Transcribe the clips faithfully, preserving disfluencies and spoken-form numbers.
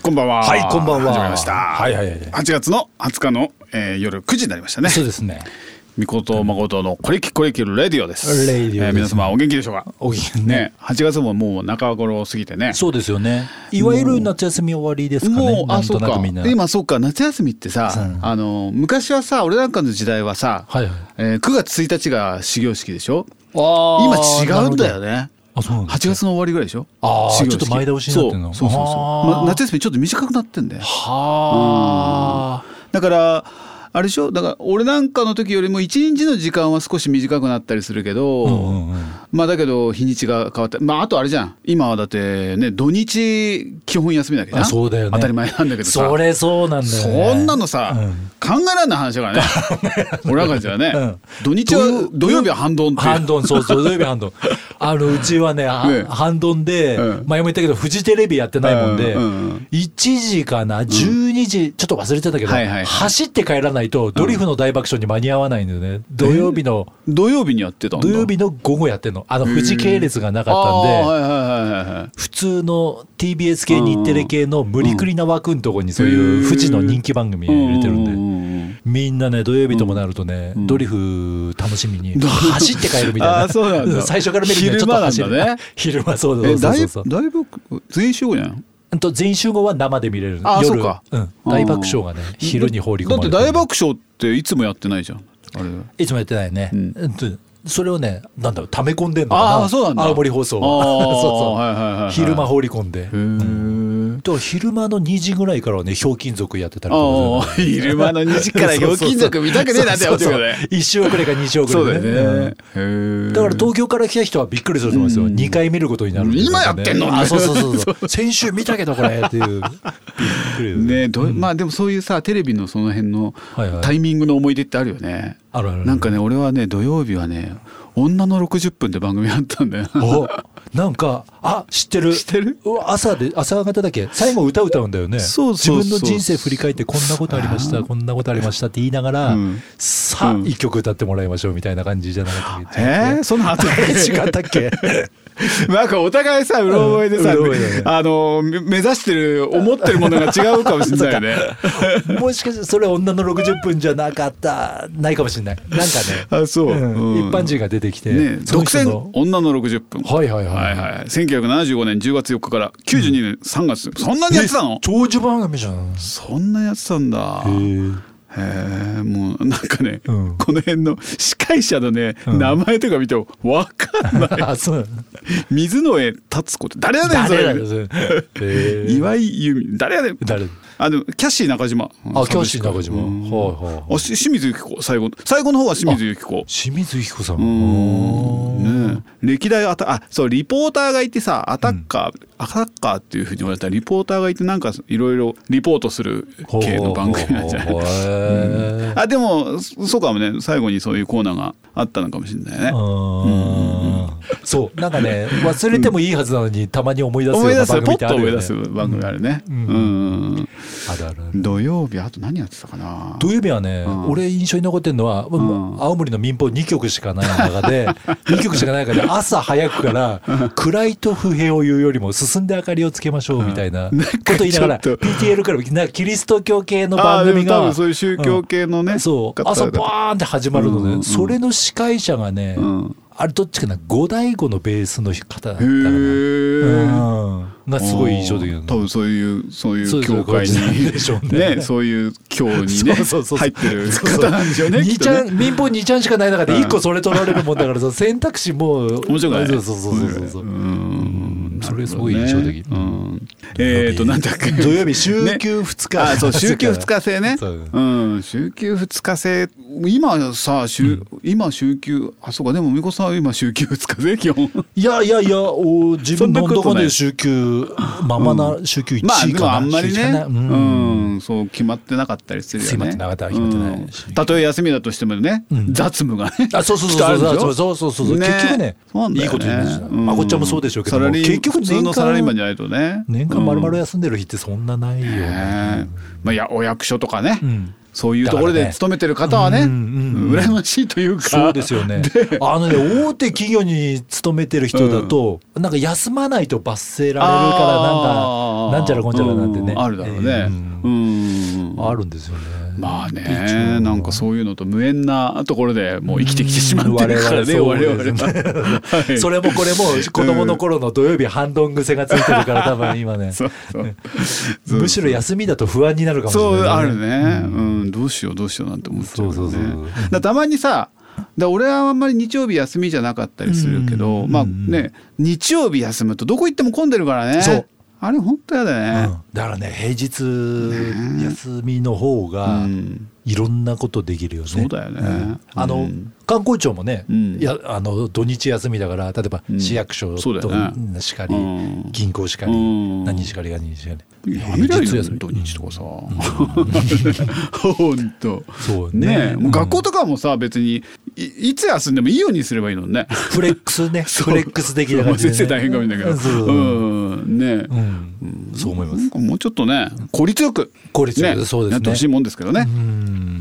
こんばんは。 はい、こんばんは。 始まりました。 はいはいはい。 はちがつのはつかの、えー、夜くじになりましたね。 そうですね。 みことまことのこれきこれきるレディオです。 レディオです、ね。 えー、皆様お元気でしょうか。 お元気ね。 ね、はちがつももう中頃を過ぎてね。 そうですよね。いわゆる夏休み終わりですかね。 もうあそうか。今そうか、夏休みってさ、うん、あの昔はさ、俺なんかの時代はさ、はいはい、えー、くがつついたちが始業式でしょ。あ今違うんだよね。あそうなんですね、はちがつの終わりぐらいでしょ。 ああ、ちょっと前倒しになってんの。 そうそうそうそう、ま、夏休みちょっと短くなってんだよ。はあ、だからあれでしょ。だから俺なんかの時よりも一日の時間は少し短くなったりするけど、うんうんうん、まあだけど日にちが変わった。まああとあれじゃん、今はだってね土日基本休みだけどな。 そうだよね、 当たり前なんだけどさ。 それそうなんだよね。 そんなのさ、うん、考えられない話だからね俺なんかじゃね、うん、土日は土曜日は半ドンって半ドン、そうそう、土曜日半ドンあのうちは ね, ね半ドンで、うん、前も言ったけどフジテレビやってないもんで、うんうん、いちじかなじゅうにじ、うん、ちょっと忘れてたけど、はいはいはい、走って帰らないとドリフの大爆笑に間に合わないんだよね、うん、土曜日の土曜日にやってたんだ。 土曜日の午後やってんの。あの富士系列がなかったんで、はいはいはいはい、普通の ティービーエス 系日テレ系の無理くりな枠のとこにそういう富士の人気番組入れてるんで、みんなね土曜日ともなるとね、うん、ドリフ楽しみに走って帰るみたいなあそうなんだ最初から見るにはちょっと走る、昼間なんだね。昼間そうそうそうそう。 だいぶ全員集合じゃん。 全員集合は生で見れる。 あ夜そうか、 うん、大爆笑がね昼に放り込まれてる。 だって大爆笑っていつもやってないじゃん。あれいつもやってないね、うん、それをねなんだろう溜め込んでんのかな。 あそうなんだ。 青森放送はそうそう、はいはいはいはい、昼間放り込んで、へー、うん、と昼間のにじぐらいからはねひょうきん族やってたりとか、ね、 昼間のにじからひょうきん族見たくねえなって思ってるよね。 いっ週遅れかに週遅れで ね, そうだよね、うん、だから東京から来た人はびっくりすると思うんですよ、うん、にかい見ることになるんで、ね、 今やってんの。 あそうそうそうそう先週見たけどこれっていうびっくりね、 ど、うん、まあでもそういうさテレビのその辺のタイミングの思い出ってあるよね、はいはい、あるある。なんかね俺はね土曜日はね女のろくじゅっぷんって番組あったんだよ。 おなんかあ知ってる知ってる。 朝で朝方だっけ最後歌歌うんだよね。 そうそうそう、 自分の人生振り返ってこんなことありましたこんなことありましたって言いながら、うん、さあ、うん、一曲歌ってもらいましょうみたいな感じじゃなかったっけ。 えー、そんなあったっけ違ったっけなんかお互いさうろ覚えでさ、うんね、あの目指してる思ってるものが違うかもしれないよねもしかしてそれ女のろくじゅっぷんじゃなかったないかもしれない。なんかねあそう、 うんうん、一般人が出てきて、 ね、独占女のろくじゅっぷん、 はいはいはい、 はいはい、せんきゅうひゃくななじゅうごねんじゅうがつよっかからきゅうじゅうにねんさんがつ、うん、そんなにやってたの。 長寿番組じゃん。 そんなやってたんだ。へーへえ、もうなんかね、うん、この辺の司会者のね、うん、名前とか見ても分かんないあそう水野江達子って誰やねんそれ岩井由美誰やねん誰あのキャッシー中島。 あキャッシー中島、うんはいはい、 あ清水由紀子最後最後の方は清水由紀子。 清水由紀子さん、 うんね、歴代アタあそうリポーターがいてさアタッカー、うん、アタッカーっていうふうに言われたらリポーターがいてなんかいろいろリポートする系の番組なんじゃない。うん、あでもそうかもね最後にそういうコーナーがあったのかもしれないね。うんそうなんかね忘れてもいいはずなのに、うん、たまに思い出すような番組ってあるよね。 思い出す番組あるね。うんうんうんあるあるある。土曜日あと何やってたかな。 土曜日はね、うん、俺印象に残ってるのは、うん、青森の民放にきょくしかない中でにきょくしかないから朝早くから暗いと不平を言うよりも進んで明かりをつけましょうみたいなこと言いながら ピーティーエル からなんかキリスト教系の番組が多分そういう宗教系のね、 うん、そう朝バーンって始まるので、うんうん、それの司会者がね、うんあれどっちかな五醍醐のベースの方だったかな、うんがすごい印象的なの。 多分そういうそういう教会にでしょうね、そういう教にね入ってる方なんでしょうね。 にちゃん民放にちゃんしかない中でいっこそれ取られるもんだからさ選択肢も面白くない。 そうそうそうそうそう。うんそれすごい印象的。うんえっとなんだっけ土曜日週休ふつか。 あそう週休ふつか制ね。うん週休ふつか制今さ週今週休あそうかでも美子さんは今週休ふつか制基本。 いやいやいやお自分のどこで週休ままな週休いちかな、 まあ、あんまりね、うんうん、そう決まってなかったりするよね。 決まってなかった決まってないし、 うん、たとえ休みだとしてもね、うん、雑務がねあそうそうそうそうそうそうそう、ね、結局ねいいこと言いました。まこっちゃんもそうでしょうけども結局普通のサラリーマンじゃないとね年間丸々休んでる日ってそんなないよね、 うんまあ、いやお役所とかね、うんそういうところで勤めてる方はね、ね、うんうんうん、羨ましいというか。 そうですよね。あのね大手企業に勤めてる人だと、うん、なんか休まないと罰せられるからなんかなんちゃらこんちゃらなんてね、 うん、あるだろうね、えーうんうん、あるんですよね。 まあね、なんかそういうのと無縁なところでもう生きてきてしまってるからね、我々は。 はい、それもこれも子供の頃の土曜日半ドン癖がついてるから多分今ねそうそうむしろ休みだと不安になるかもしれない、ね、 そうあるね、うんうん、どうしようどうしようなんて思っちゃうよね。そうそうそう、だたまにさ、だ俺はあんまり日曜日休みじゃなかったりするけど、まあね日曜日休むとどこ行っても混んでるからね。そうあれ本当やだね、うん、 だからね平日休みの方がいろんなことできるよね。 そうだよね、うん、 あの、うん、観光庁もね、うん、いやあの土日休みだから例えば市役所としかり、うん、銀行しかり、うん、何しかりが何しかりやめりゃいいよ土日とかさ、本当そうね。もう学校とかもさ別に い, いつ休んでもいいようにすればいいのね。 フレックスねフレックス的な感じで、ね、 先生大変かもしれないけど、そううんね、うんうん、そう思います。 もうちょっとね効率よく効率よく、ね、そうですね、 やってほしいもんですけどね。 うん、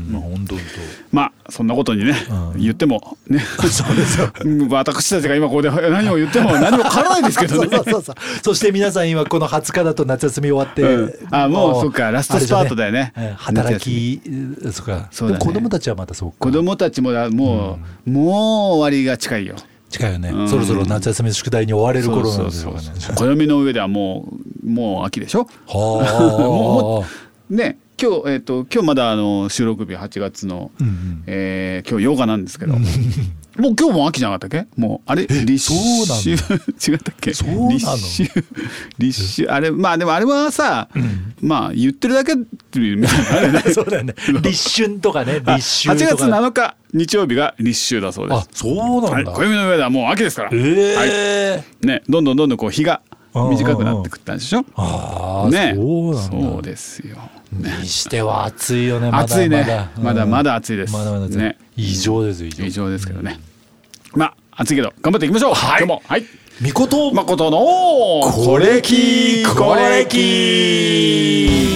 まあ本当にまあそんなことにね、うん、言ってもねそうですよ私たちが今ここで何を言っても何も変わらないですけどね。 そうそうそうそして皆さん今このはつかだと夏休み終わって、うん、 あもうそうかラストスパートだよね、 ね、働きそうかそうだ、ね、子供たちはまたそうか。 子供たちももう、うん、もう終わりが近いよ。 近いよね、うん、そろそろ夏休みの宿題に追われる頃なんですよね。 暦の上ではもうもう秋でしょ。はあね今日、えー、と今日まだあの収録日はちがつの、うんうんえー、今日ようかなんですけど、うん、もう今日も秋じゃなかったっけ。もうあれ立秋違ったっけ。そうなの立秋立秋あれまあでもあれはさ、うん、まあ言ってるだけっていうみたいな、ね、 そうだよね立春とかね立秋とかはちがつなのか日曜日が立秋だそうです。 あそうなんだ、 はい、暦の上ではもう秋ですから、えーはいね、どんどんどんどんこう日が短くなってくったんでしょ。 ああ、ね、そうなんだ。 そうですよ、 ね、にしては暑いよね。まだ暑いね、まだまだ暑いです、 まだまだ暑い、ね、異常ですよ異常異常ですけどね、うん、まあ暑いけど頑張っていきましょう、はい、今日もはいみことまことのこれきこれき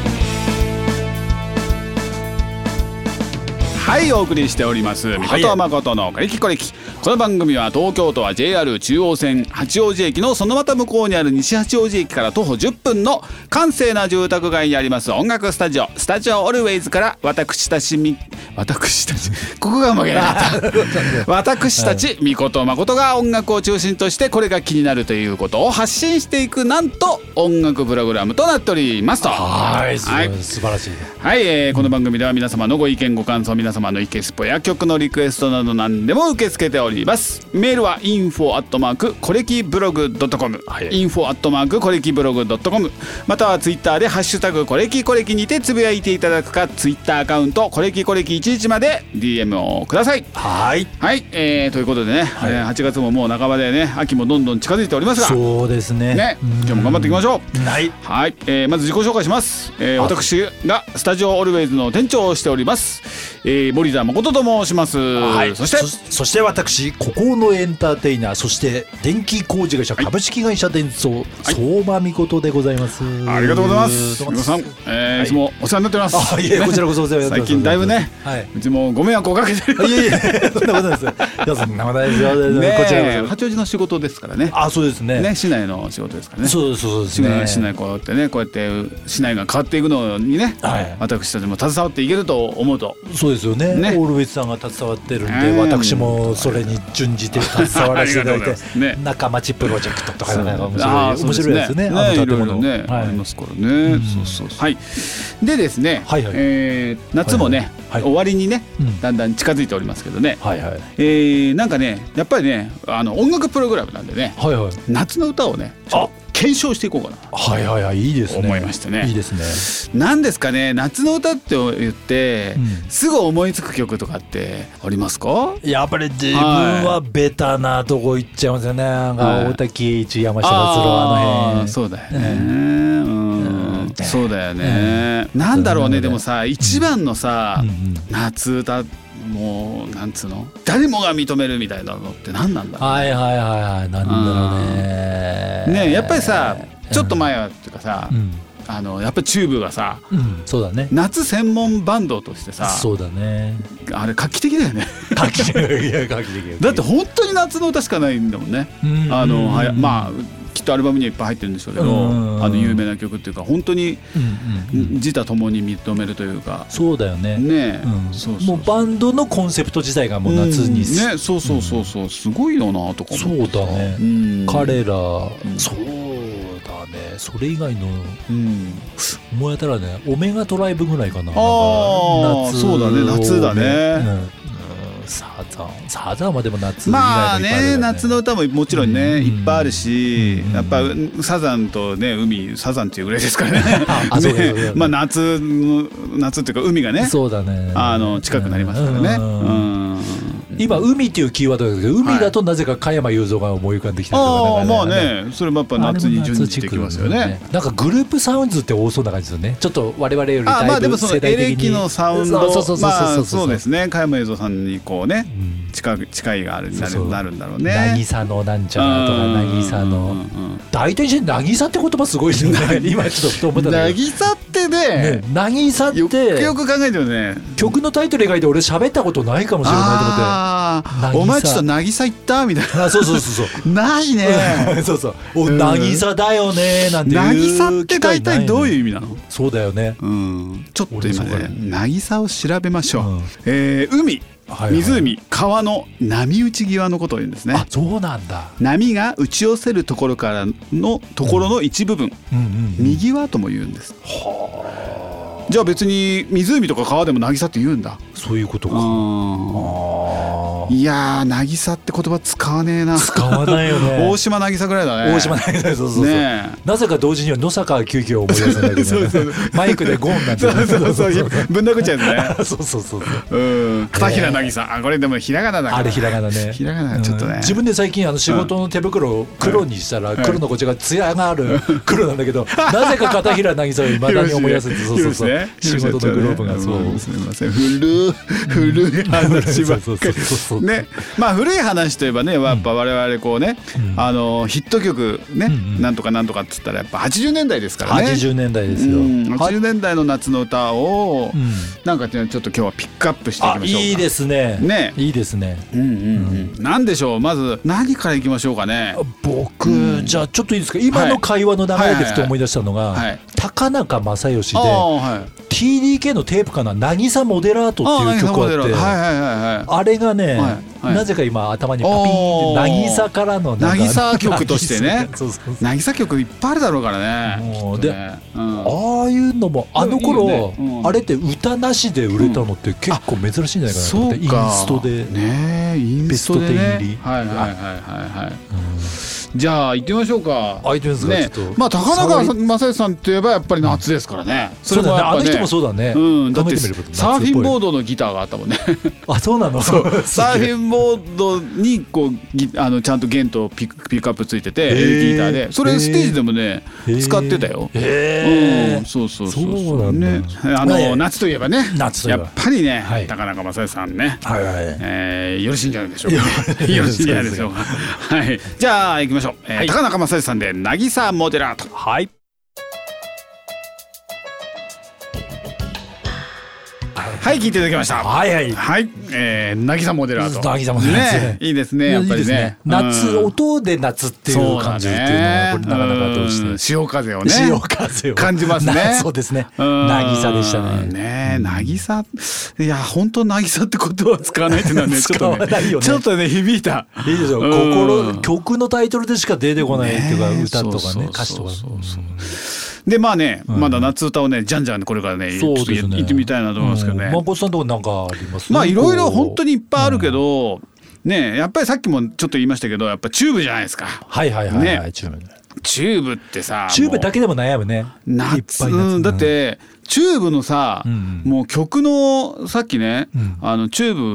はいお送りしておりますみことまことのこれきこれき。この番組は東京都は ジェイアール 中央線八王子駅のそのまた向こうにある西八王子駅から徒歩じゅっぷんの閑静な住宅街にあります音楽スタジオスタジオオルウェイズから私たちみ私たちここがうまくなかった私たちみことまことが音楽を中心としてこれが気になるということを発信していくなんと音楽プログラムとなっておりますと。 はい素晴らしい。 はい、えー、この番組では皆様のご意見ご感想皆様のイケスポや曲のリクエストなど何でも受け付けております。メールは インフォ アットマーク コレキブログ ドットコム インフォ アットマーク コレキブログ ドットコム またはツイッターでハッシュタグコレキコレキにてつぶやいていただくかツイッターアカウントコレキコレキいちいちまで ディーエム をください。 はいはい、えー、ということでね、はい、はちがつももう半ばでね秋もどんどん近づいておりますがそうですねね今日も頑張っていきましょう。 はい、 はい、えー、まず自己紹介します、えー、私がスタジオオルウェイズの店長をしております、えー、森田誠と申します。はい、そして そ, そして私ここのエンターテイナーそして電気工事会社株式会社電装、はい、相馬美琴でございます。 ありがとうございます。皆さん、えーはい、いつもお世話になっております。 あいえこちらこそお世話になっております。 最近だいぶね、はい、うちもご迷惑をかけてる。 いえいえそんなことないです。いやそんなことないですよ。ねこちらこそ八王子の仕事ですからね。 あそうですね。 ね市内の仕事ですからね。 そうそうですね。 市内こうやってねこうやって市内が変わっていくのにね、はい、私たちも携わっていけると思うと。 そうですよね。ねオールウェイズさんが携わってるんで、えー、私もそれに準じて携わらせていただいて、ね、中町プロジェクトとかなんか面白い面白いですね。あの建物ねありますからね。そうそうはい。でですね、はいはいえー、夏もね、はいはい、終わりにね、うん、だんだん近づいておりますけどね、はいはいえー、なんかねやっぱりねあの音楽プログラムなんでね、はいはい、夏の歌をねちょっと検証していこうかなはいはいはいいいですね思いましてね。 いいですね。 なんですかね夏の歌って言って、うん、すぐ思いつく曲とかってありますか？ やっぱり自分はベタなとこ行っちゃいますよね。なんか大滝栄一山下達郎あの辺そうだよね、うんうん、そうだよね、うん、なんだろうねでもさ一番のさ、うんうん、夏歌もうなんつうの誰もが認めるみたいなのって何なんだろう、ね、 はいはいはいはいなんだろうねねやっぱりさちょっと前はっていうかさ、うん、 あのやっぱりチューブがさ、 うん、そうだね、 夏専門バンドとしてさ、 そうだね、 あれ画期的だよね画期的いや画期的だって本当に夏の歌しかないんだもんね、うん、あのはやまあきっとアルバムにはいっぱい入ってるんでしょうけど、うん、あの有名な曲っていうか本当に自他ともに認めるというか、 そうだよね、 ね、 うん、そうそうそう、もうバンドのコンセプト自体がもう夏に、 うん、ね、そうそうそうそう、すごいよなとか思って。 そうだね、うん、彼ら、うん、そうだね、それ以外の、うん、思い当たらね、オメガトライブぐらいかな。ああ、そうだね、夏だね、 うん、サザンサザンはでも夏以外もいっぱいまあね、 ね、夏の歌ももちろんね、うん、いっぱいあるし、うん、やっぱサザンとね海、サザンっていうぐらいですからねね、まあ夏夏っていうか海がね、 そうだね、 あの近くなりますからね、うんうん、 今海っていうキーワードですけど、海だとなぜか加山雄三が思い浮かんできたりとか、 はい、あまあね、それもやっぱ夏に準じてきますよね。 ね、なんかグループサウンズって多そうな感じですよね。ちょっと我々よりだいぶ世代的に、あまあでもそのエレキのサウンド、まあそうですね、加山雄三さんにこうね、うん、近近いがあるなるなるんだろうね。 渚のなんちゃらとか、渚の大体渚って言葉すごいですよね今ちょっとふと思ったんだけど、 渚ってね、 渚ってよくよく考えてるね、 曲のタイトル以外で俺喋ったことないかもしれないと思って、 あお前ちょっと渚行ったみたいな、 あそうそうそうそうないねそうそう、お渚だよねなんていう、 渚って大体どういう意味なの？そうだよね、 うん、ちょっと今ね渚を調べましょう、うん、えー、海、はいはい、湖、川の波打ち際のことを言うんですね。 あ、そうなんだ。 波が打ち寄せるところからのところの一部分、うんうんうんうん、右輪とも言うんです。はあ。じゃあ別に湖とか川でも渚って言うんだ。 そういうことか。 あいやー、渚って言葉使わねえな。 使わないよね。 大島渚ぐらいだね。 大島渚、そうそうそう、ね、なぜか同時には野坂救急を思い出すんだけど、ね、そうそうそうマイクでゴンなんて、ね、 そうそうそうぶん殴っちゃうねそうそうそうそう、 うん、片平渚、あこれでもひらがなだから、 あれひらがなね、 ひらがなちょっとね、うん、 自分で最近あの仕事の手袋を黒にしたら黒のこっちが艶がある黒なんだけど、なぜか片平渚をいまだに思い出すって、そうそうそう、仕事のグローブがそう、 うん、すみません、古古い話ばっかりね。まあ古い話といえばね、やっぱ我々こうね、うん、あのヒット曲ね、うんうん、なんとかなんとかっつったらやっぱはちじゅうねんだいですからね。 はちじゅうねんだいですよ、うん、 はちじゅうねんだいの夏の歌を、うん、なんかちょっと今日はピックアップしていきましょうか。 いいですね、ね、いいですね、 うんうんうんうん、なんでしょう、まず何からいきましょうかね。 僕、うん、じゃあちょっといいですか、今の会話の流れでふと思い出したのが、はいはいはいはい、高中正義で、はい、ティーディーケー のテープかな、渚モデラートっていう曲があって、はいはいはいはい、あれがね、はいはい、なぜか今頭にパピーンって渚からの渚曲としてねそうそうそう、渚曲いっぱいあるだろうからね。 もうで、ね、うん、ああいうのもあの頃、ね、うん、あれって歌なしで売れたのって結構珍しいんじゃないかなと思って、うん、インストで、 ね、インストで、ね、 ベストテン入り、 はいはいはいはいはい、うん、じゃあ行ってみましょうか。 あ、行ってみますか、ね、ちょっとまあ高中正義さんといえばやっぱり夏ですからね。 それもやっぱね、あの人もそうだね、 うん、だってサーフィンボードのギターがあったもんねあ、そうなのそうサーフィンボードにこうあのちゃんと弦とピック、ピックアップついてて、ギターでそれステージでもね使ってたよ。へー、うん、そうそうそうそうね。あの夏といえばね、夏といえばやっぱりね、はい、高中正義さんね、はいはい、えー、よろしいんじゃないでしょうかよろしいんじゃないでしょうかはい、じゃあ行きましょう、えーはい、高中正義さんで渚モデラート。 はい、 はい、聞いていただきました。 はいはいはい、えー、渚モデラート。 渚モデラート、 ね、いいですね、やっぱりね。いいね、 夏、うん、音で夏っていう感じっていうのはこれなかなかどうして、 潮風をね、 潮風を感じますね。 そうですね。渚でしたね。 ね、渚、いや本当渚ってことは使わないっていうのはね、ちょっとね、ねちょっとね響いた。 いいですよ。心、曲のタイトルでしか出てこないっていうか、歌とかね、歌詞とか。 でまあね、まだ夏歌をねじゃんじゃんこれからねちょっと言ってみたいなと思いますけどね。 まこさんとこなんかあります？ まあいろいろ本当にいっぱいあるけど、ね、やっぱりさっきもちょっと言いましたけど、やっぱチューブじゃないですか。 はいはいはいはい、ね、チューブ。 チューブってさ、 チューブだけでも悩むね。 夏、うん、だってチューブのさ、うん、もう曲のさっきね、うん、あのチューブ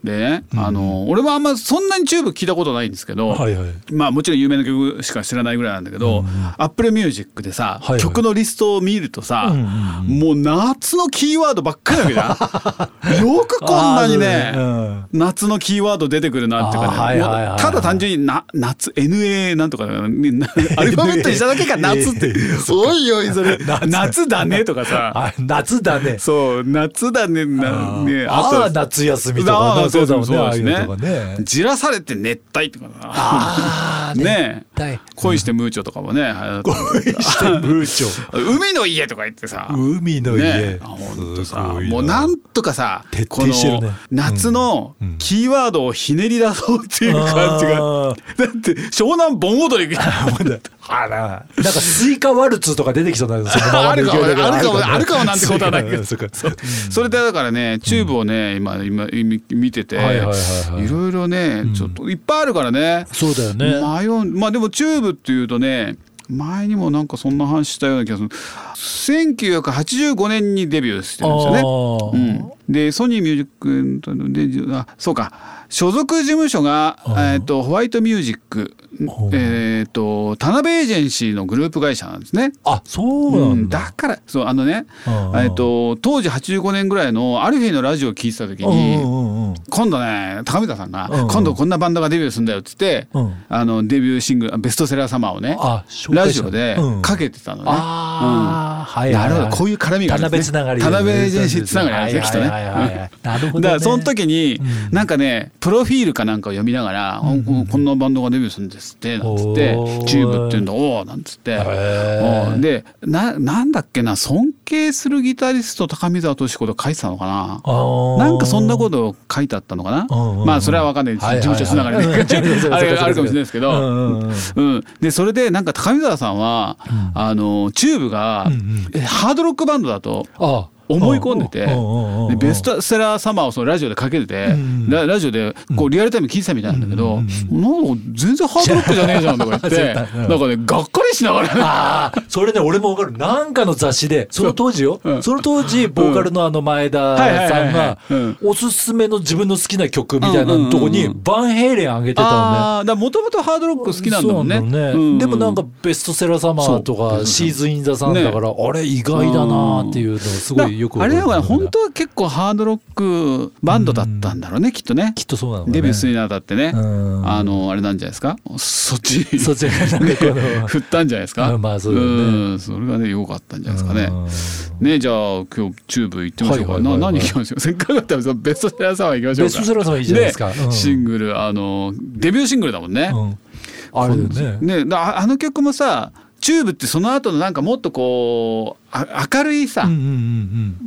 でね、 うん、 あの俺もあんまそんなにチューブ聞いたことないんですけど、 はいはい、 まあもちろん有名な曲しか知らないぐらいなんだけど、うん、Apple Music でさ、はいはい、曲のリストを見るとさ、うんうんうん、もう夏のキーワードばっかりだけどよくこんなにね、うん、夏のキーワード出てくるなっていうかね、はいはいはいはい、ただ単純にな夏 エヌエー なんとかアルファベットにしただけか夏っておいおいそれ夏だねとかさ夏だねそう夏だねなねあとあ夏休みとかねそうだもんねああいうとかねじらされて熱帯とかあね恋してムーチョとかもね恋してムーチョ海の家とか言ってさ海の家、ね、 ほんとさもうなんとかさ徹底してるね夏のキーワードをひねり出そうっていう感じが、うん、だって湘南盆踊りあらなんかスイカワルツとか出てきそうなんですよあるかもあるかもあるかもなんてことはないけどそ, それでだからねチューブをね、うん、今今見てて、はいはいはいはい、いろいろね、うん、ちょっといっぱいあるからねそうだよね迷うまあでもチューブっていうとね前にもなんかそんな話したような気がするせんきゅうひゃくはちじゅうごねんにデビューしてるんですよね、うん、でソニーミュージックであそうか所属事務所が、えー、とホワイトミュージック、えー、と田辺エージェンシーのグループ会社なんですね。 あそうなんだ、うん、 だからそうあのね、えー、と当時はちじゅうごねんぐらいのアルフィーのラジオを聞いてた時に、うんうん、今度ね高見田さんが、うんうん、今度こんなバンドがデビューするんだよっつって、うん、あのデビューシングルベストセラーサマーをねラジオでかけてたのね、うん、あ、うん、はいはいはい、なるほどこういう絡みがあるんですね。田辺つながり、田辺エージェンシーつながりなんですねきっとね。なるほどね。だからその時に、うん、なんかねプロフィールかなんかを読みながら、うんうん、こんなバンドがデビューするんですってなんつってチューブっていうんだおーなんつってで な, なんだっけな尊敬するギタリスト高見沢俊子と書いてたのかななんかそんなことを書いてあったのかなまあそれは分かんない事務所つながりであれあるかもしれないですけど、うんうん、でそれでなんか高見沢さんは、うん、あのチューブが、うんうん、ハードロックバンドだとあ思い込んでてでベストセラーサマーをそのラジオでかけてて、うん、ラ, ラジオでこうリアルタイム聞いてたみたいなんだけど、うん、なんか全然ハードロックじゃねえじゃんとか言ってなんかねがっかりしながらあそれね俺も分かるなんかの雑誌でその当時よ、うん、その当時ボーカルのあの前田さんがおすすめの自分の好きな曲みたいなとこにバンヘイレン上げてたのね。 もともとハードロック好きなんだもんね。 そうなんだね、うん、でもなんかベストセラーサマーとかシーズンインザサンだから、ね、あれ意外だなっていうのすごいよくあれは本当は結構ハードロックバンドだったんだろうね、うん、きっとねきっとそうなのねデビューするにあたってね、うん、あのあれなんじゃないですかそっちそっちなんかこの振ったんじゃないですか。 まあそうだね、うん、 それがね良かったんじゃないですかね。ねじゃあ今日チューブ行ってみましょうか、はいはいはいはい、な何行きましょうせっかくだったらベストセラーサマー行きましょうか。 ベストセラーサマーいいじゃないですか、 うん、シングルあのデビューシングルだもんね、うん、 あれねねだあの曲もさチューブってその後のなんかもっとこうあ明るいさ、うんうんうんうん、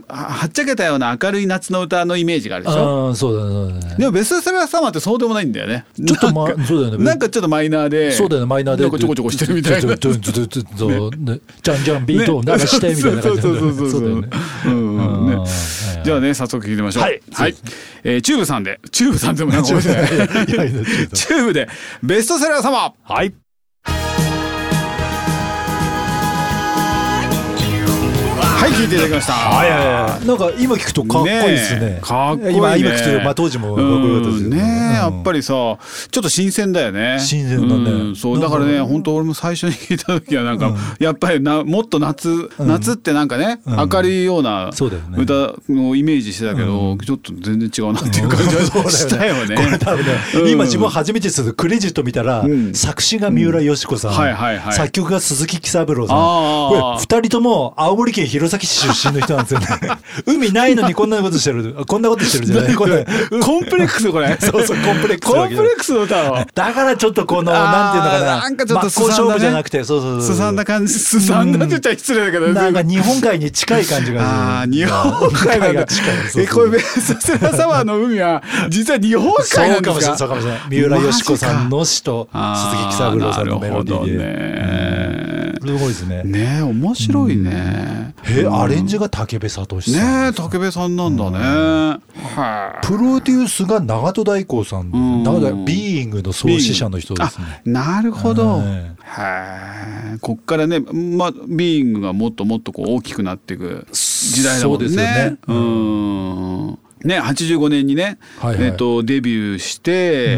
はっちゃけたような明るい夏の歌のイメージがあるでしょ。 あそうだねそうだね。 でもベストセラーサマーってそうでもないんだよね。 ちょっとまそうだよね。 なんかちょっとマイナーでそうだよねマイナーでなんかちょこちょこしてるみたいな。 ずっとずっとずっとねじゃんじゃんビートを鳴らしてみたいな感じで。そうそうそうそう。 じゃあね早速聞いてみましょう。はい、はいえー、チューブさんでチューブさんでもなんか面白いチューブでベストセラーサマー。 はい。 はい聞いていただきました。 はいはいはい。なんか今聞くとかっこいいですね。 ねかっこいいね。 今今聞くとまあ当時もかっこよかったですけどね。やっぱりさちょっと新鮮だよね。 新鮮だね。 うん、そうだからね本当俺も最初に聞いた時はなんか、うん、やっぱりなもっと夏、うん、夏ってなんかね、うん、明るいような歌のイメージしてたけど、うん、ちょっと全然違うなっていう感じがしたよね。 これ多分ね、うん、今自分初めてするクレジット見たら、うん、作詞が三浦佳子さん、うんはいはいはい、作曲が鈴木喜三郎さん。これふたりとも青森県弘前市出身の人なんですよね。海ないのにこんなことしてるこんなことしてるじゃない。これコンプレックスこれ。 そうそうコンプレックス。 コンプレックスの歌を。 だからちょっとこのなんていうのかな。なんかちょっと真っ向勝負じゃなくて、そうそうそう。 すさんだ感じ、すさんだって言っちゃ失礼だけど。 なんか日本海に近い感じが。 ああ日本海が近い。えこれベストセラーサマーの海は実は日本海なんですか。 そうかもしれない。三浦佳子さんの詩と鈴木喜三郎さんのメロディーで。すごいですね。 ね面白いね。 えアレンジが武部聡さん。ね武部さんなんだね。 はい。プロデュースが長門大光さん。長門ビーイングの創始者の人ですね。 なるほど。はい。こっからねまあビーイングがもっともっとこう大きくなっていく時代だもんね。そうですよね。うん。 ね、はちじゅうごねんにね、 はいはい、 えー、とデビューして、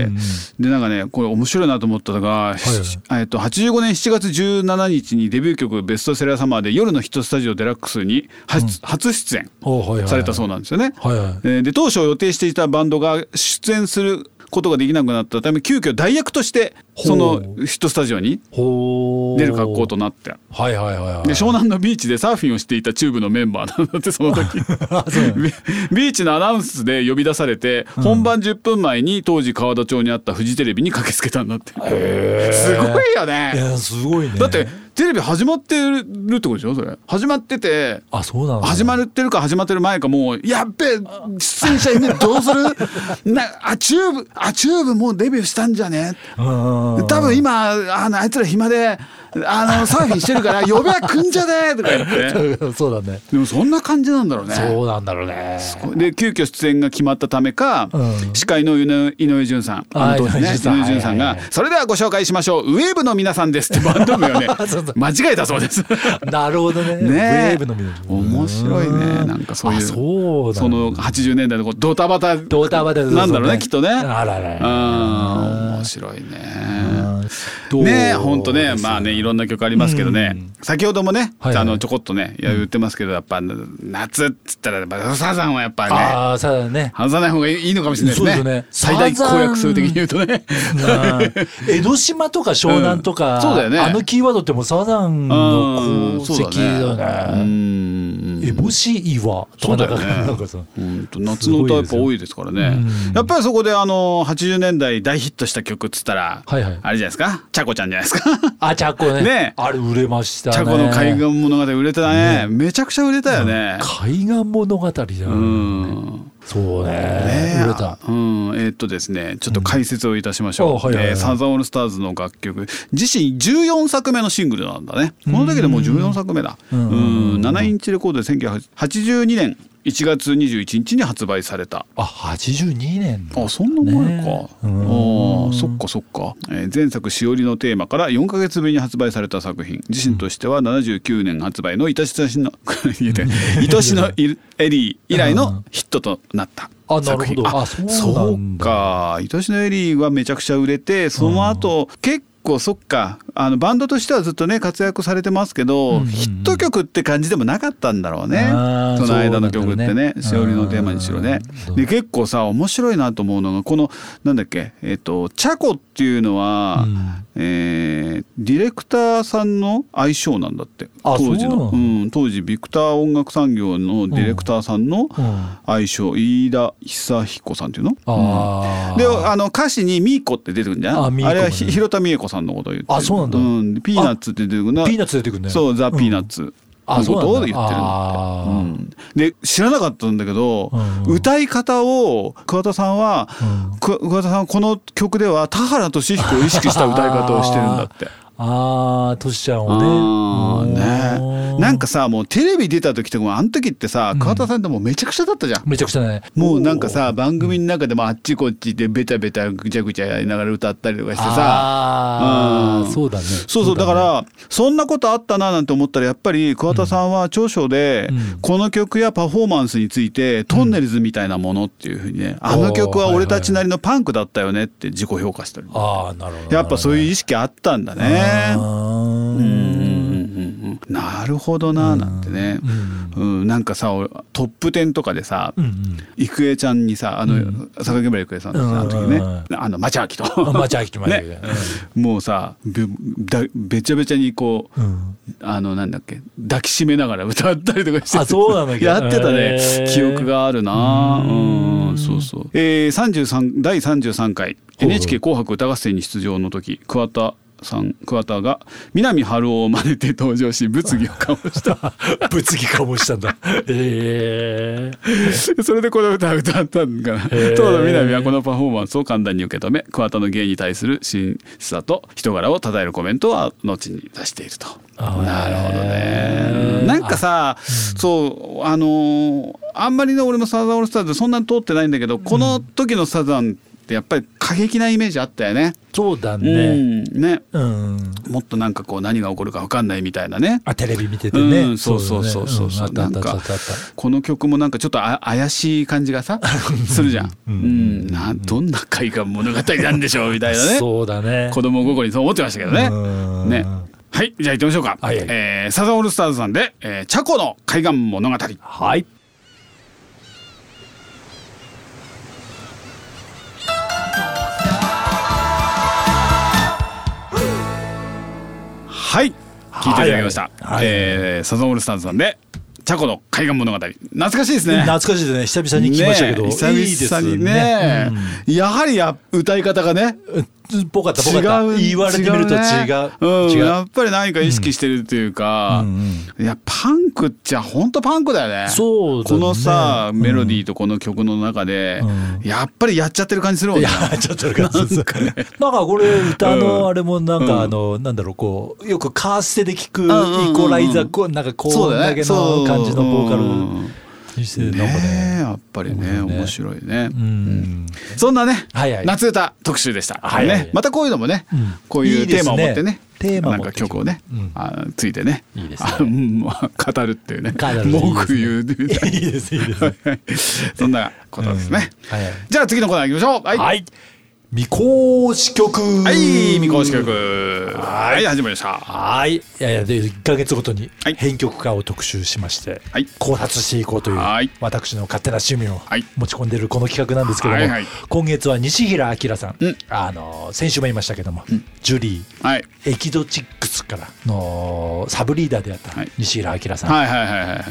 うんうん、でなんかねこれ面白いなと思ったのが、はいはい、えー、とはちじゅうごねんしちがつじゅうしちにちにデビュー曲ベストセラーサマーで夜のヒットスタジオデラックスに初、うん、初出演されたそうなんですよね、はいはい、えー、で当初予定していたバンドが出演することができなくなったため急遽代役としてそのヒットスタジオに出る格好となって、 はいはいはいはい、 で湘南のビーチでサーフィンをしていたチューブのメンバーなんだってその時ビーチのアナウンスで呼び出されて、うん、本番じゅっぷんまえに当時川田町にあったフジテレビに駆けつけたんだって。へー、すごいよね。 いやすごいね。 だってテレビ始まってるってことでしょそれ。始まってて、 あ、そうなの、 始まってるか始まってる前かもうやっべえ出演者いねどうするなあチューブあチューブもうデビューしたんじゃね多分今あのあいつら暇であのサーフィンしてるから呼べやくんじゃねとか言ってそうだね。 でもそんな感じなんだろうね。 そうなんだろうね。 で急遽出演が決まったためか、うん、司会の井上、井上順さんあの当時ね井上順さんがそれではご紹介しましょうウェーブの皆さんですってバンド名をね間違えたそうですなるほどね。ね、 ウェーブの皆さん面白いね。なんかそういうそうそのはちじゅうねんだいのドタバタドタバタなんだろうねきっとね。 あららら面白いね。ね本当ねまあねいろんな曲ありますけどね、うん、先ほどもね、はいはい、あのちょこっとね言ってますけどやっぱ夏っつったらやっぱサザンはやっぱりねあサザンね外さない方がいいのかもしれないですね。そうですね。最大公約数的に言うとね江ノ島とか湘南とか、うん、そうだよね、あのキーワードってもうサザンの功績だね。うんえぼし岩とかなんかなんかさ、 うん、夏の歌やっぱ多いですからね、うん、やっぱりそこであのはちじゅうねんだい大ヒットした曲っつったら、はいはい、あれじゃないですかチャコちゃんじゃないですかあチャコ ね, ねあれ売れましたね。 チャコの海岸物語売れたね、ねめちゃくちゃ売れたよね、 うん、海岸物語じゃん、うんそうねね売れた、 うん、えー、っとですねちょっと解説をいたしましょう、うんはいはいはい、サザンオールスターズの楽曲自身じゅうよんさくめのシングルなんだね。このだけでもうじゅうよんさくめだ。うんうんななインチレコードでせんきゅうひゃくはちじゅうにねんいちがつにじゅういちにちに発売された。 あはちじゅうにねんあそんな前か、ね、あそっかそっか、えー、前作しおりのテーマからよんかげつぶりに発売された作品。自身としてはななじゅうきゅうねん発売の愛しの愛しのエリー以来のヒットとなった作品。 あなるほど。あそうか愛しのエリーはめちゃくちゃ売れてその後結構構そっかあのバンドとしてはずっとね活躍されてますけど、うんうんうん、ヒット曲って感じでもなかったんだろうねその間の曲ってねしおりのテーマにしろね。で結構さ面白いなと思うのがこのなんだっけえっとチャコっていうのは、うんえー、ディレクターさんの愛称なんだって。当時の、うん、当時ビクター音楽産業のディレクターさんの愛称、うん、飯田久彦さんっていうの、あ、うん、であの歌詞にミーコって出てくるんじゃん。 あ, あれはひ広田美恵子さんのことを言ってる。 あそうなんだ、うん、 ピーナッツって出てくるな。 ピーナッツ出てくるね。 そうザ・ピーナッツ、うんのことを言ってるんだって。うん、で知らなかったんだけど、うん、歌い方を桑田さんは、うん、桑田さんはこの曲では田原俊彦を意識した歌い方をしてるんだって。 ああトシちゃんをね。 ねなんかさもうテレビ出た時とかもあの時ってさ桑田さんってもうめちゃくちゃだったじゃん、 うん、めちゃくちゃね。 もうなんかさ番組の中でもあっちこっちでベタベタぐちゃぐちゃやりながら歌ったりとかしてさあ、うん、そうだね。 そうそうだからそんなことあったななんて思ったらやっぱり桑田さんは著書でこの曲やパフォーマンスについてトンネルズみたいなものっていうふうにね、あの曲は俺たちなりのパンクだったよねって自己評価してる。 あなるほど。 やっぱそういう意識あったんだね。うんなるほどななんてね、うん、なんかさトップじゅうとかでさ、うんうん、郁恵ちゃんにさあの、うん、榊原郁恵さんのさあの時ね、うん、あの町明と町明とね、 うん、もうさ べ, べちゃべちゃにこう、うん、あのなんだっけ抱きしめながら歌ったりとかしてあそうなんだけどやってたね、えー、記憶があるな。うんうんそうそう、えー、さんじゅうさんだいさんじゅうさんかい エヌエイチケー 紅白歌合戦に出場の時桑田さん桑田が南春夫を真似て登場し物議を醸した物議醸したんだえー、それでこの歌を歌ったんかな、えー、当の南はこのパフォーマンスを簡単に受け止め桑田の芸に対する真摯さと人柄を称えるコメントは後に出していると。なるほどね。なんかさ、うん、そうあのー、あんまりね俺もサザンオールスターズそんなに通ってないんだけど、この時のサザンっってやっぱり過激なイメージあったよね。 そうだね、 うんね、 うん、 もっとなんかこう何が起こるか分かんないみたいなね。 あテレビ見ててね、 うん、そうそうそうそうそう、なんかこの曲もなんかちょっとあ怪しい感じがさするじゃん、うん、うん、などんな海岸物語なんでしょうみたいなねそうだね、 子供心にそう思ってましたけどね。ね、はい、じゃあ行ってみましょうか。はい、えー、サザンオールスターズさんで、えー、チャコの海岸物語。 はい。 はい、聞いていただきました。はい、えー、サザンオールスターズさんでチャコの海岸物語。懐かしいですね。 懐かしいですね。久々に聞きましたけど、ね、 久々にね、ね、うん、やはりや歌い方がねぽかったぽかった。言われてみると違う、ね、うん、違う。 やっぱり何か意識してるっていうか、うんうん、いやパンクっちゃ本当パンクだよね。 そうだね。 このさメロディーとこの曲の中で、うん、やっぱりやっちゃってる感じするもんね。 やっちゃってる感じする。なんかね、なんかこれ歌のあれもなんかあの、うん、なんだろうこうよくカーステで聞くイコライザー、こうなんかこうだけの感じのボーカル。にしてなんかね、 やっぱりね面白いね。うん、そんなね、はいはい、夏歌特集でした。はいはい、ね、またこういうのもね、うん、こういうテーマを持ってね、テーマなんか曲をね、うん、あついてね、いいですね、語るっていうね、文句言うみたいな。いいですいいです。そんなことですね。うん、はいはい、じゃあ次のコーナー行きましょう。はい。はい、 未公式曲。 はい、未公式曲。はい、始まりました。 はい。いやいやでいっかげつごとに編曲家を特集しまして、はい、考察していこうという、はい、私の勝手な趣味を持ち込んでいるこの企画なんですけども、はいはい、今月は西平明さん、うん、あの先週も言いましたけども、うん、ジュリー、はい、エキゾチックスからのサブリーダーであった西平明さん、はいはいはいはい、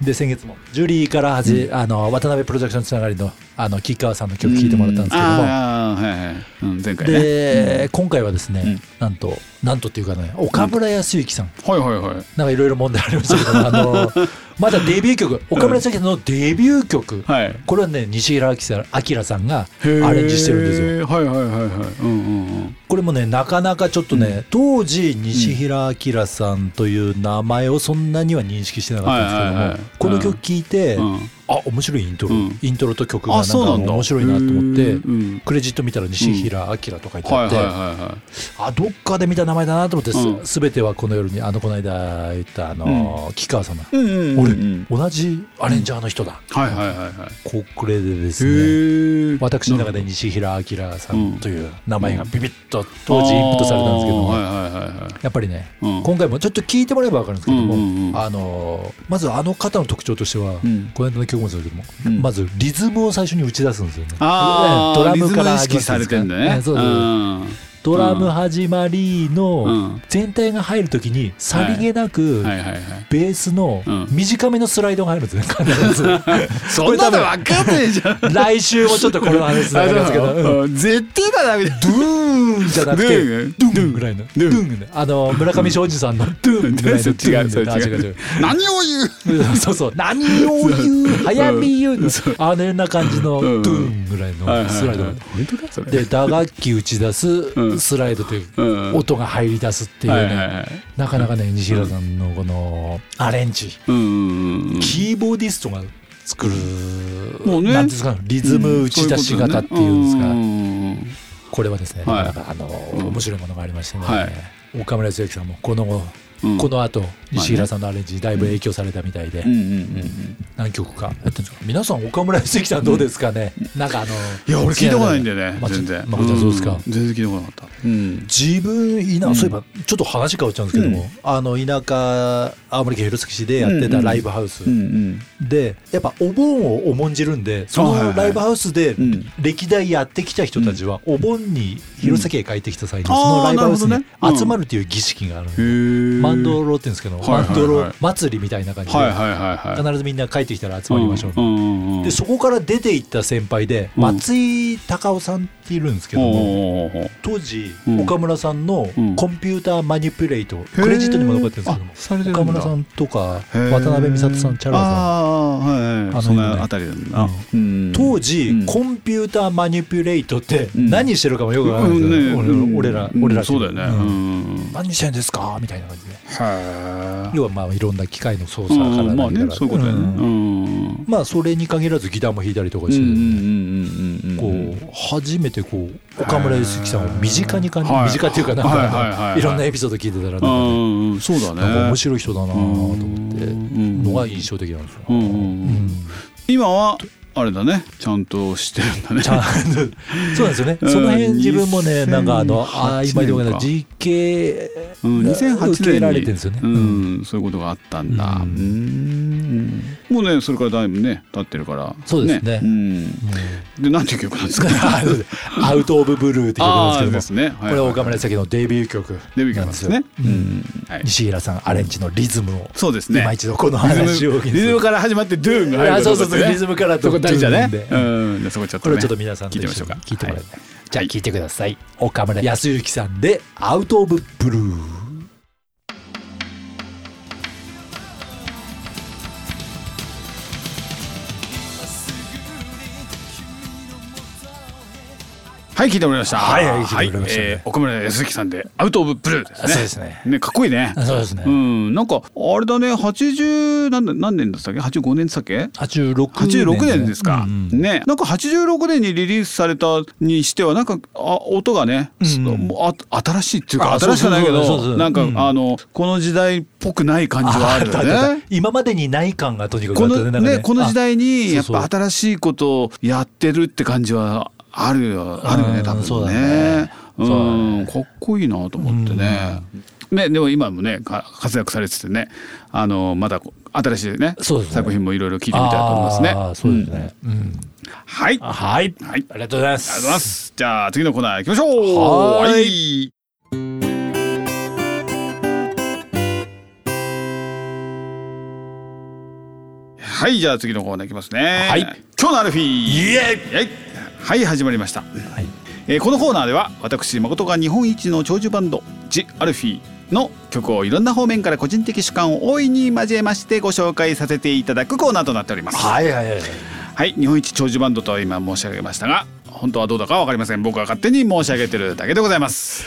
で先月もジュリーからはじ、うん、あの渡辺プロダクションつながりのあの吉川さんの曲聴いてもらったんですけども、うん、あはいはい、うん、前回ね、で、うん、今回はですね、うん、なんとなんとっていうかね、岡村康之さん、はいはいはい、なんかいろいろ問題ありましたけどあのまだデビュー曲、岡村康之さんのデビュー曲、はい、これはね西平明さんがアレンジしてるんですよ。はいはいはいはい、うんうんうん、これもねなかなかちょっとね、うん、当時西平明さんという名前をそんなには認識してなかったんですけども、はいはいはい、この曲聴いて、うん、あ面白いイントロ、うん、イントロと曲がなんか面白いなと思って、うん、クレジット見たら西平明と書いてあって、あどっかで見た名前だなと思って、うん、すべてはこの夜にあのこの間言ったあの、うん、木川様、うんうんうん、俺、うん、同じアレンジャーの人だ、うん、はいはいはいはい、これでですね私の中で西平明さんという名前がビビッと当時インプットされたんですけども、はいはいはいはい、やっぱりね、うん、今回もちょっと聞いてもらえば分かるんですけども、うんうんうん、あのまずあの方の特徴としては、うん、この間の曲もそうですけども、うん、まずリズムを最初に打ち出すんですよね。あドラムからリズム意識されてんだね。そうそう、うんドラム始まりの全体が入るときにさりげなくベースの短めのスライドが入るんですね、必ず。 そんなの分かんないじゃん。 来週もちょっとこれの話するんですけど、 絶対だなみたいな。 ドゥーンじゃなくてドゥーンぐらいのドゥーン、あの村上庄司さんのドゥーンぐらいのドゥーン、 何を言う、 そうそう、何を言う、早見言う、あのような感じのドゥーンぐらいのスライドで打楽器打ち出すスライドという音が入り出すっていうね、なかなかね西平さんのこのアレンジ、キーボーディストが作るなんですかリズム打ち出し型っていうんですか、これはですねなかなかあの面白いものがありましてね、岡村康之さんもこのこの後西平さんのアレンジにだいぶ影響されたみたいで、何曲かやってるんですか。皆さん岡村康之さんどうですかね、うん、なんかあのいや俺聞いたことないんだよね、全然。 まこちゃんそうですか。 全然聞いたことなかった。 自分いな、そういえばちょっと話変わっちゃうんですけども、あの田舎青森県弘前市でやってたライブハウスでやっぱお盆を重んじるんで、そのライブハウスで歴代やってきた人たちはお盆に弘前へ帰ってきた際にそのライブハウスに集まるっていう儀式があるんで、マンドロって言うんですけど、マンドロ祭りみたいな感じで必ずみんな帰ってきたら集まりましょう。でそこから出ていった先輩で松井隆夫さんっているんですけども、当時岡村さんのコンピューターマニピュレート、クレジットにも残ってるんですけども、岡村さんとか渡辺美里さん、チャラさん、 あのあたりだな。 当時コンピューターマニピュレートって何してるかもよくわからないんですよ、俺ら俺ら。 そうだよね。 何してるんですかみたいな感じで、要はまあいろんな機械の操作から何から、 まあそれに限らずギターも弾いたりとかしてるんで、こう初めてこう岡村康之さんを身近に感じ、身近っていうかなんかいろんなエピソード聞いてたらなんかそうだね、なんか面白い人だなと思ってのが印象的なんですよ。 今はあれだね、ちゃんとしてるんだね。ちゃんとそうなんですよね。その辺自分もね、なんかあのあ今言った実刑にせんはちねんに受けられてるんですよね。 うん、そういうことがあったんだ。うん、もうねそれからだいぶね経ってるから。 そうですね。 でなんていう曲なんですか。 アウトオブブルーって曲なんですけども、これは岡村康之のデビュー曲なんですよね。西平さんアレンジのリズムをそうですね。 今一度この話をリズムから始まってドゥーンが入る。 そうそうそうリズムからと大事だね。うん、そこちょっとこれちょっと皆さんと一緒に聞いてもらって、じゃあ聞いてください。岡村康之さんでアウトオブブルー。 はい、聞いてもらいました。 はい、はい、聞いてもらいました、ね。 えー、岡村康之さんでアウトオブブルーですね。 そうですね。 ね、かっこいいね。 そうですね。 うん、なんかあれだね、はちじゅう何年何年だったっけ？はちじゅうごねんだったっけ？ はちじゅうろくねん。 はちじゅうろくねんですか。 うんうん、 ね、なんかはちじゅうろくねんにリリースされたにしてはなんかあ音がね、うんうん、もうあ新しいっていうか新しくないけど、なんか、うん、あのこの時代っぽくない感じはあるよね。 今までにない感がとにかくこのね、この時代にやっぱ新しいことをやってるって感じはあるよあるよね、多分ね。うん、かっこいいなと思ってね。ね、でも今もね活躍されててね、あのまた新しいね作品もいろいろ聞いてみたいと思いますね。 そうですね。 はい、 はい、ありがとうございます。 ありがとうございます。じゃあ次のコーナー行きましょう。はい。はい、じゃあ次のコーナーいきますね。はい。今日のアルフィー。 イエイ。 はい、始まりました。はい。えー、このコーナーでは私誠が日本一の長寿バンドジ・アルフィーの曲をいろんな方面から個人的主観を大いに交えましてご紹介させていただくコーナーとなっております。 はいはいはい。 はい、日本一長寿バンドと今申し上げましたが、本当はどうだかわかりません。僕は勝手に申し上げてるだけでございます。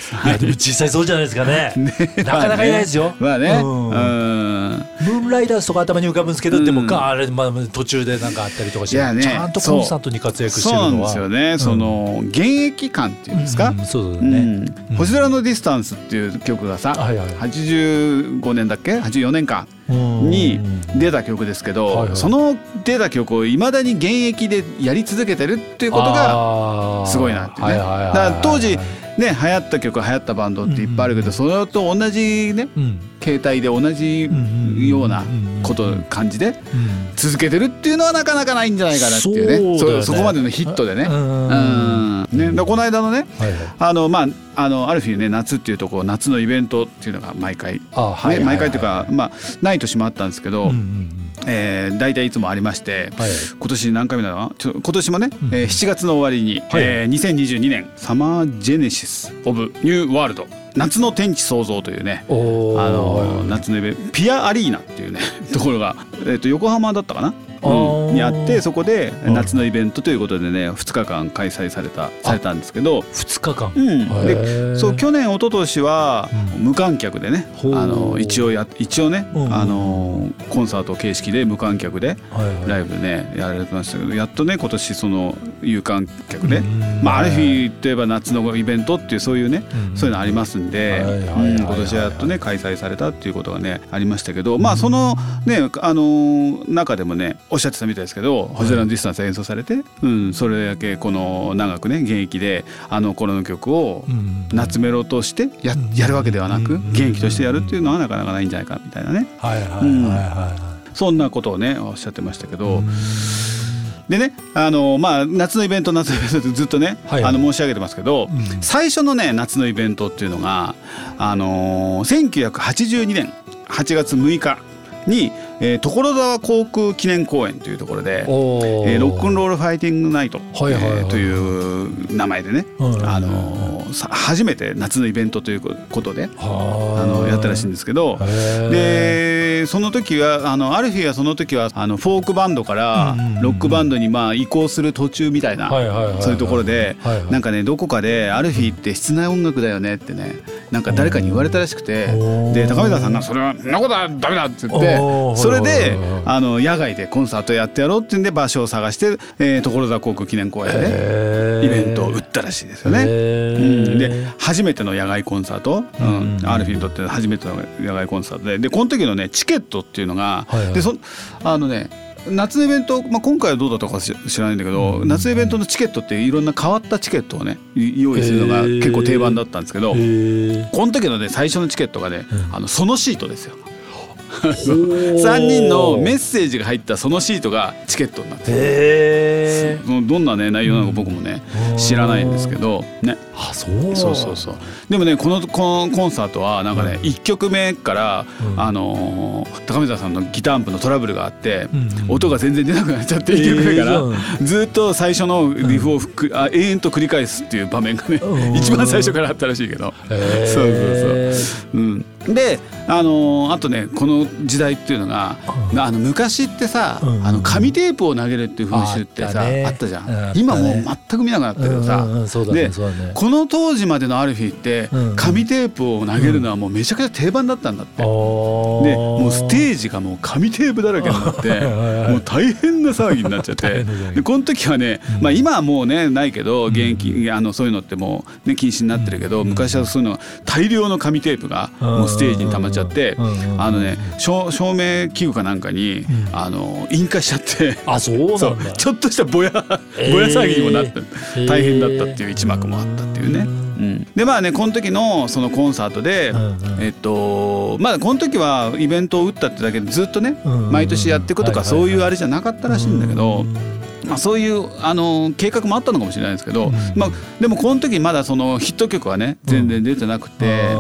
いやでも実際そうじゃないですかね。ね、なかなかいないですよ。 まあね。うん。うんムーンライダーズとか頭に浮かぶんですけど、うん、でもかあれ、まあ、途中でなんかあったりとかして、ね、ちゃんとコンスタントに活躍してるのはそうなんですよね、うん、その現役感っていうんですか、うんうん、 そうだね、 うん、星空のディスタンスっていう曲がさ、はいはい、はちじゅうごねんだっけはちじゅうよねんかに出た曲ですけど、はいはい、その出た曲をいまだに現役でやり続けてるっていうことがすごいなってね。だから当時ね、流行った曲流行ったバンドっていっぱいあるけど、それと同じね、うん、形態で同じようなこと感じで続けてるっていうのはなかなかないんじゃないかなっていうね、うん、そ, う、ね、そ, そこまでのヒットでね。うんね、だこの間のね、はいはい、あのまああのアルフィーね夏っていうとこう夏のイベントっていうのが毎回、ね、毎回っていうかまあない年もあったんですけど。うんうん、えー、大体いつもありまして、はい、今年何回目だろう、ちょ今年もね、うんえー、しちがつの終わりに、はいえー、にせんにじゅうにねんサマージェネシス・オブ・ニュー・ワールド夏の天地創造というね、あの夏のイベントピアアリーナっていうねところが、えー、と横浜だったかな、うん、にあって、そこで夏のイベントということでねふつかかん開催されたされたんですけど、 ふつかかん、 うん、でそう去年一昨年は無観客でね、うん、あの一応や一応ね、うん、あのコンサート形式で無観客でライブねやられてましたけど、やっとね今年その有観客で、まあある日といえば夏のイベントっていうそういうね、うん、そういうのありますんで、今年はやっとね開催されたっていうことがねありましたけど、まあそのねあの中でもねおっしゃってたみたいですけど、星空のディスタンス演奏されて、うん、それだけこの長くね現役であの頃の曲を夏メロとして や, やるわけではなく現役としてやるっていうのはなかなかないんじゃないかみたいなね、はいはいはいはい、そんなことをねおっしゃってましたけど、でねあのまあ夏のイベント夏のイベントってずっとね、はいはい、あの申し上げてますけど、うん、最初のね夏のイベントっていうのがあのせんきゅうひゃくはちじゅうにねんはちがつむいかに、えー、所沢航空記念公園というところで、えー、ロックンロールファイティングナイト、はいはいはいはい、えー、という名前でね、うん、あのさ初めて夏のイベントということであのやったらしいんですけど、でその時はあのアルフィーはその時はあのフォークバンドからロックバンドにまあ移行する途中みたいなそういうところでなんかねどこかでアルフィーって室内音楽だよねってねなんか誰かに言われたらしくて、で高見沢さんがそれはそんなことはダメだって言って、それであの野外でコンサートやってやろうっていうんで場所を探して、えー、所沢航空記念公園でイベントを打ったらしいですよね。うん、で初めての野外コンサート、うんうん、アルフィーにとって初めての野外コンサートで、でこの時のねチケットっていうのが、はいはい、でそあのね夏のイベント、まあ、今回はどうだったか知らないんだけど、うん、夏のイベントのチケットっていろんな変わったチケットをね用意するのが結構定番だったんですけど、この時のね最初のチケットがね、うん、あのそのシートですよ。さんにんのメッセージが入ったそのシートがチケットになってる。どんな、ね、内容なのか僕もね知らないんですけどね。 あ、そうそうそうそう。でもねこのこのコンサートはなんかね、うん、いっきょくめから、うん、あのー、高見沢さんのギターアンプのトラブルがあって、うん、音が全然出なくなっちゃっていっきょくめから、えー、ずっと最初のリフをふ、うん、あ永遠と繰り返すっていう場面がね、うん、一番最初からあったらしいけど、えー、そうそうそう、うん、であのー、あとねこの時代っていうのが、うん、あの昔ってさ、うん、あの紙テープを投げるっていう風習ってさ あ,、ね、あったじゃん、うん、今もう全く見なくなったけどさ、うんうん、そうだね、でそうだね、この当時までのアルフィーって紙テープを投げるのはもうめちゃくちゃ定番だったんだって、うん、でもうステージがもう紙テープだらけになってもう大変な騒ぎになっちゃってでこの時はね、まあ、今はもうねないけど現役あのそういうのってもう、ね、禁止になってるけど、昔はそういうの大量の紙テープがもうステージに溜まっちゃって、あのね照明器具かなんかにあの引火しちゃってあそうなんだちょっとしたぼやぼや騒ぎにもなって大変だったっていう一幕もあったっていうね、うん、でまあねこの時のそのコンサートで、うんうん、えっとまあこの時はイベントを打ったってだけでずっとね、うんうん、毎年やっていくとかそういうあれじゃなかったらしいんだけど、まあ、そういうあの計画もあったのかもしれないですけど、うんまあ、でもこの時まだそのヒット曲はね全然出てなくて、うん、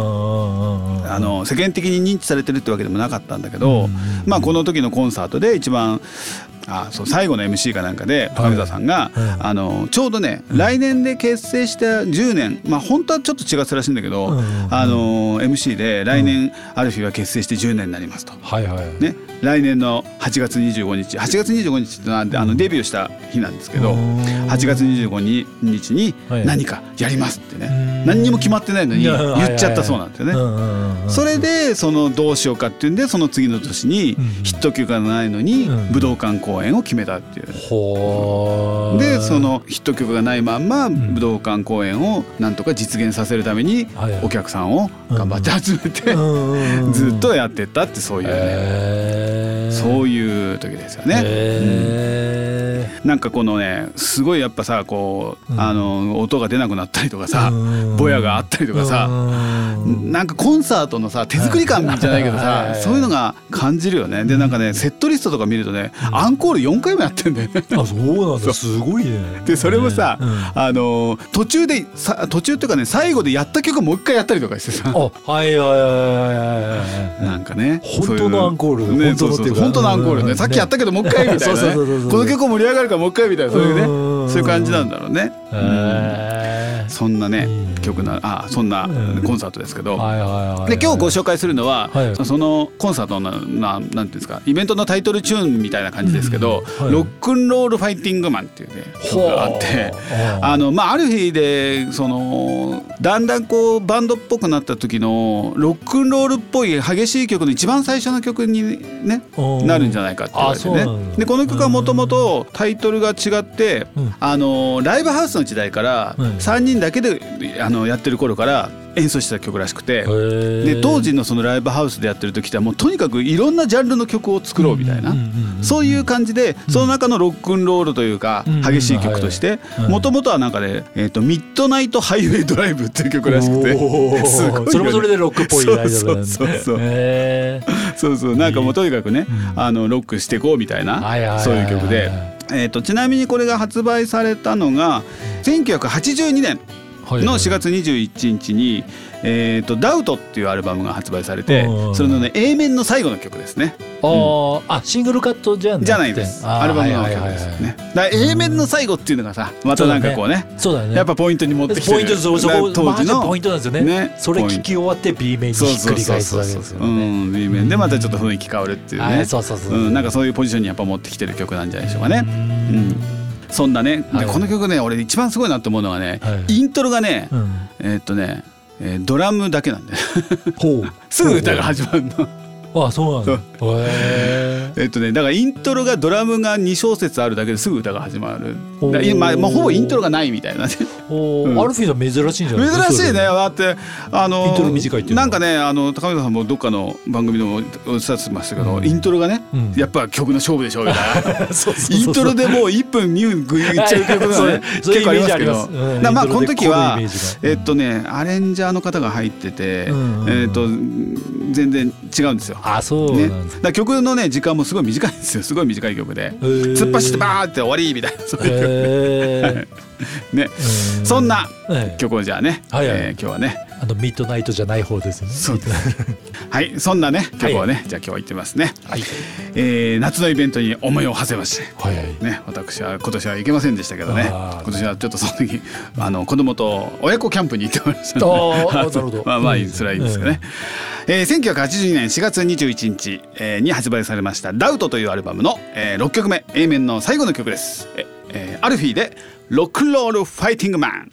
あの世間的に認知されてるってわけでもなかったんだけど、うんまあ、この時のコンサートで一番あそう最後の エムシー かなんかで高見沢さんが、はいはい、あのちょうどね、うん、来年で結成してじゅうねん、まあ本当はちょっと違うらしいんだけど、うん、あの エムシー で来年、うん、アルフィーは結成してじゅうねんになりますと、はいはいね、来年のはちがつにじゅうごにちはちがつにじゅうごにちってのはあのデビューした日なんですけど、うん、はちがつにじゅうごにちに何かやりますってね、はい、何にも決まってないのに言っちゃったそうなんですよね。それでそのどうしようかっていうんでその次の年にヒット曲がないのに武道館公演を決めたっていう、うん、でそのヒット曲がないまんま武道館公演をなんとか実現させるためにお客さんを頑張って集めてずっとやってったってそういうねそういう時ですよね、うん、なんかこのねすごいやっぱさこうあの音が出なくなったりとかさぼやがあったりとかさなんかコンサートのさ手作り感じゃないけどさそういうのが感じるよね。でなんかねセットリストとか見るとねアンコールよんかいもやってんだよね。 あそうなんだすごいね。 でそれもさ、うん、あの途中でさ途中っていうかね最後でやった曲をもう一回やったりとかしてさあはいはいはいはいなんかね本当のアンコールねそうそう本当のアンコールねさっきやったけどもう一回みたいなねこの曲盛り上がるからもう一回みたいなそういうねそういう感じなんだろうね。うん、そんなね曲なあそんなコンサートですけど、で今日ご紹介するのは、はい、そのコンサートのななんていうんですかイベントのタイトルチューンみたいな感じですけど、うんはい、ロックンロールファイティングマンっていうね曲があってあのまあある日でそのだんだんこうバンドっぽくなった時のロックンロールっぽい激しい曲の一番最初の曲にねなるんじゃないかって言われてね。でこの曲はもともとタイトルが違って、うん、あのライブハウスの時代からさんにんだけであのやってる頃から演奏してた曲らしくて、で当時のそのライブハウスでやってる時ってはもうとにかくいろんなジャンルの曲を作ろうみたいなそういう感じでその中のロックンロールというか激しい曲としてもともとはなんかねえとミッドナイトハイウェイドライブっていう曲らしくてすごい、ね、それもそれでロックっぽいライブだね。 そうそうそうそうそうなんかもうとにかくねあのロックしていこうみたいなそういう曲で、えーとちなみにこれが発売されたのがせんきゅうひゃくはちじゅうにねんのしがつにじゅういちにちに、えー、とダウトっていうアルバムが発売されて、それのね A 面の最後の曲ですね。 あ、うん、あシングルカットじゃなくてじゃないです。アルバムの曲ですね。だから A 面の最後っていうのがさ、またなんかこうね、 そうだね、 やっぱポイントに持ってきてる。 ポイント、そこ当時のポイントなんですよね。 ね、 それ聞き終わって B 面にひっくり返すわけですよね。 B 面でまたちょっと雰囲気変わるっていうね。 そうそうそう。 うん、なんかそういうポジションにやっぱ持ってきてる曲なんじゃないでしょうかね。うん。そんなね、でこの曲ね、俺一番すごいなと思うのはね、イントロがね、えっとね、ドラムだけなんで、すぐ歌が始まるの。 あ、そうなんだ。 えっとね、だからイントロがドラムがに小節あるだけですぐ歌が始まる。まあ、まあ、ほぼイントロがないみたいなね。 お、うん、アルフィーは珍しいんじゃないですか。 珍しいね。だってあのイントロ短いっていうのはなんかね、 あの高見さんもどっかの番組でもおっしゃってましたけど、うん、イントロがね、うん、やっぱ曲の勝負でしょうみたいな。イントロでもういっぷんにふんぐいっちゃう曲がね結構ありますけど、うん、まあこの時はえっとねアレンジャーの方が入ってて、うん、えっと全然違うんですよ。 あ、そうなんですね。 だから曲のね時間もすごい短いんですよ。すごい短い曲で突っ走ってバーって終わりみたいな、そういう曲ね、そんな曲をじゃあね、はいはい、えー、今日はね、 あのミッドナイトじゃない方ですね。 そうはい、そんなね曲をね、はい、じゃあ今日は言ってますね、はい、えー、夏のイベントに思いを馳せまして、はいはい、ね、私は今年は行けませんでしたけどね、今年はちょっとその時あの子供と親子キャンプに行っておりましたので、あなるほどまあまあ辛いですよね、うん、えー、せんきゅうひゃくはちじゅうにねんしがつにじゅういちにち、えー、に発売されましたダウトというアルバムの、えー、ろっきょくめ A 面の最後の曲です。ええー、アルフィーでロックンロールファイティングマン。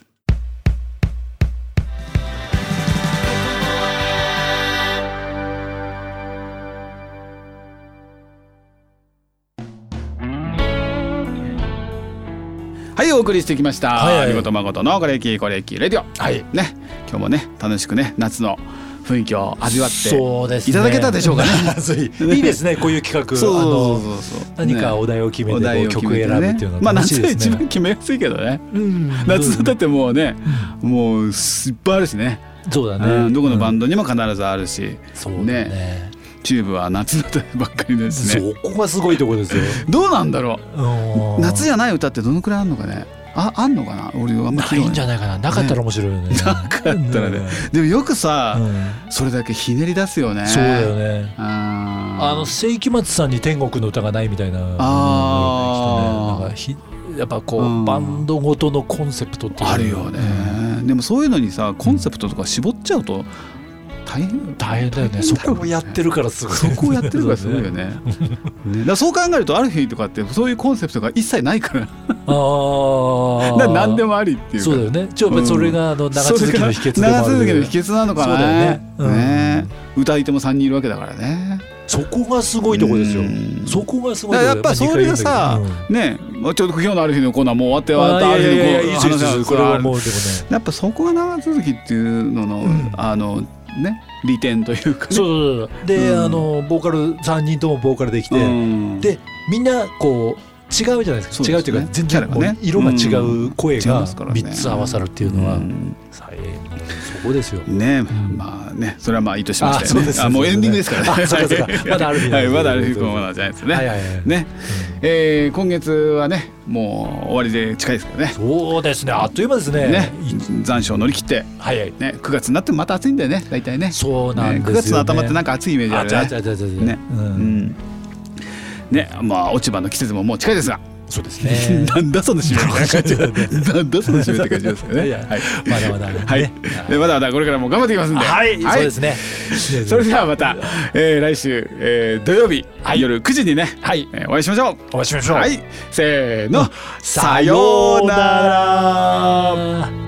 はい、お送りしてきました。はいはい、見事誠のこれきこれきレディオ。はいね、今日もね楽しくね夏の雰囲気を味わっていただけたでしょうかね。 いいですね、こういう企画。そうそうそうそう、何かお題を決めて曲を選ぶっていうのは楽しいですね。 まあ夏が一番決めやすいけどね、うん、夏だってもうね、うん、もういっぱいあるしね。 そうだね、 うん、どこのバンドにも必ずあるし、うん、 そうだね、 ね、チューブは夏の歌ばっかりですね。 そこがすごいところですよ。 どうなんだろう、夏じゃない歌ってどのくらいあるのかね。あ、あんのかな。俺はあんま聞いないんじゃないかな。なかったら面白いよね。 なかったらね。でもよくさ、それだけひねり出すよね。 そうだよね。あの世紀末さんに天国の歌がないみたいな。ああ。やっぱこうバンドごとのコンセプトってあるよね。でもそういうのにさコンセプトとか絞っちゃうと。大変大変だよね。そこをやってるからすごい。 そこをやってるからすごいよね。ね、だからそう考えるとアルフィーとかってそういうコンセプトが一切ないから。ああ。何でもありっていうか。 そうだよね。ちょっとそれがあの長続きの秘訣でもある。 長続きの秘訣なのかな。そうだよね。うん、ね、歌い手もさんにんいるわけだからね。 そこがすごいとこですよ。そこがすごいとこ。 やっぱそれがさ、ね、ちょっと今日のアルフィーのコーナーもう終わって終わったアルフィーのコーナーこれはもうでもね。やっぱそこが長続きっていうのの、あの。ね、利点というか、ね、 そうそうそうで、うん、あのボーカルさんにんともボーカルできて、うん、でみんなこう違うじゃないですか。違うっていうか全然もう色が違う声がみっつ合わさるっていうのは、うん、そこですよね、うん、まあねそれはまあいいとしまして、ね、ああもうエンディングですからね。そうかまだある日、はい、まだある日のものじゃないですね。はいはいはい、ね、うん、えー、今月はねもう終わりで近いですからね。 そうですね、あっという間ですね。 ね、残暑を乗り切って、はいはい、ね、くがつになってもまた暑いんだよね大体ね。 そうなんですよね。 くがつの頭ってなんか暑いイメージあるね。あ、じゃじゃじゃじゃね、うん、ね、まあ落ち葉の季節ももう近いですが。 そうですね。 なんだその締めって感じ。なんだその締めって感じですよね。はい、 まだまだ、ね、 はい、でまだまだこれからも頑張っていきますんで。 はい、はい、そうですね。 それではまた、えー、来週、えー、土曜日、はい、夜くじにね、はい、えー、お会いしましょう。 お会いしましょう。 はい、せーの、さようなら。